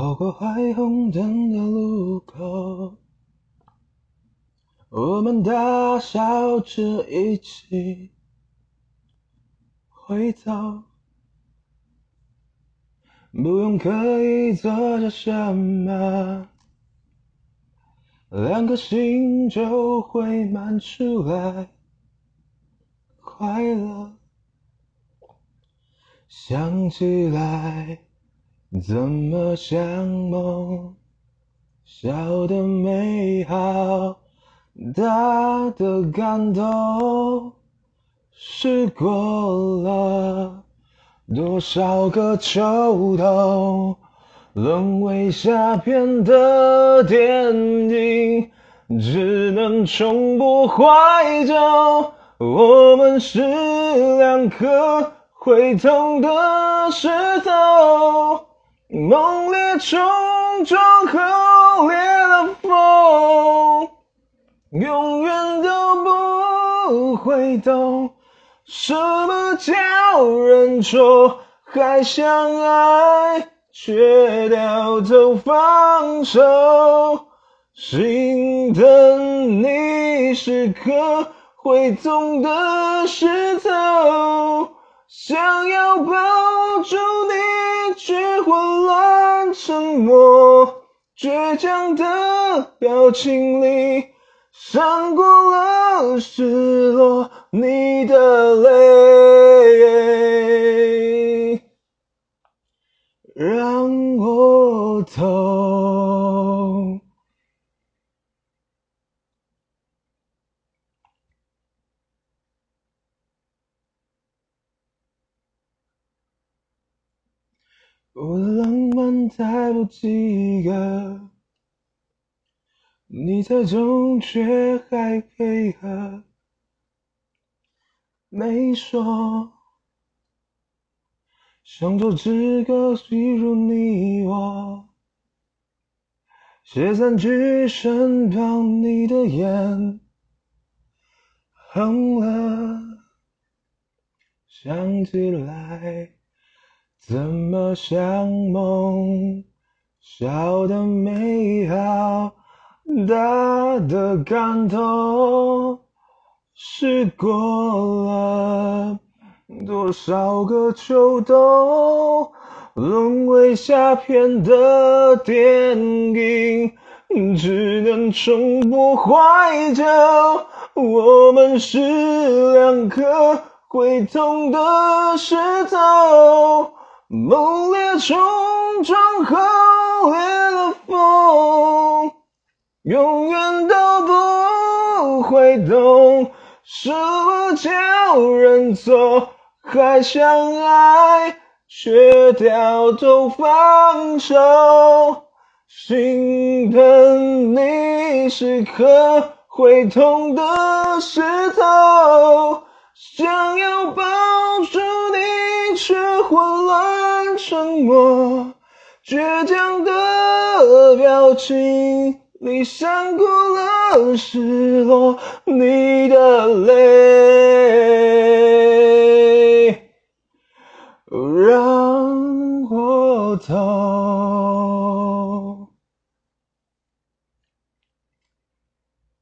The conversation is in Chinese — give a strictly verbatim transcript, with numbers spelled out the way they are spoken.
走过霓虹灯的路口，我们大笑着一起回头，不用刻意做些什么，两颗心就会满出来快乐。想起来怎么像梦，小的美好，大的感动，是过了多少个秋冬，沦为下片的电影，只能重播怀旧。我们是两颗会痛的石头，猛烈冲撞后裂了缝，永远都不会懂什么叫认错，还相爱却掉头放手。心疼你是颗会痛的石头，想要抱住你却混乱沉默，倔强的表情里闪过了失落，你的泪让我痛。我的浪漫太不及格，你猜中却还配合，没说想做支歌吸入你我，写三句身旁你的眼红了，想起来怎么像梦，小的美好，大的感动，是过了多少个秋冬，沦为下片的电影，只能重播怀旧。我们是两颗会痛的石头，猛烈冲撞后裂了缝，永远都不会懂什么叫认错，还相爱却掉头放手。心疼你是颗会痛的石头，想要抱住你却混乱沉默，倔强的表情里闪过了失落，你的泪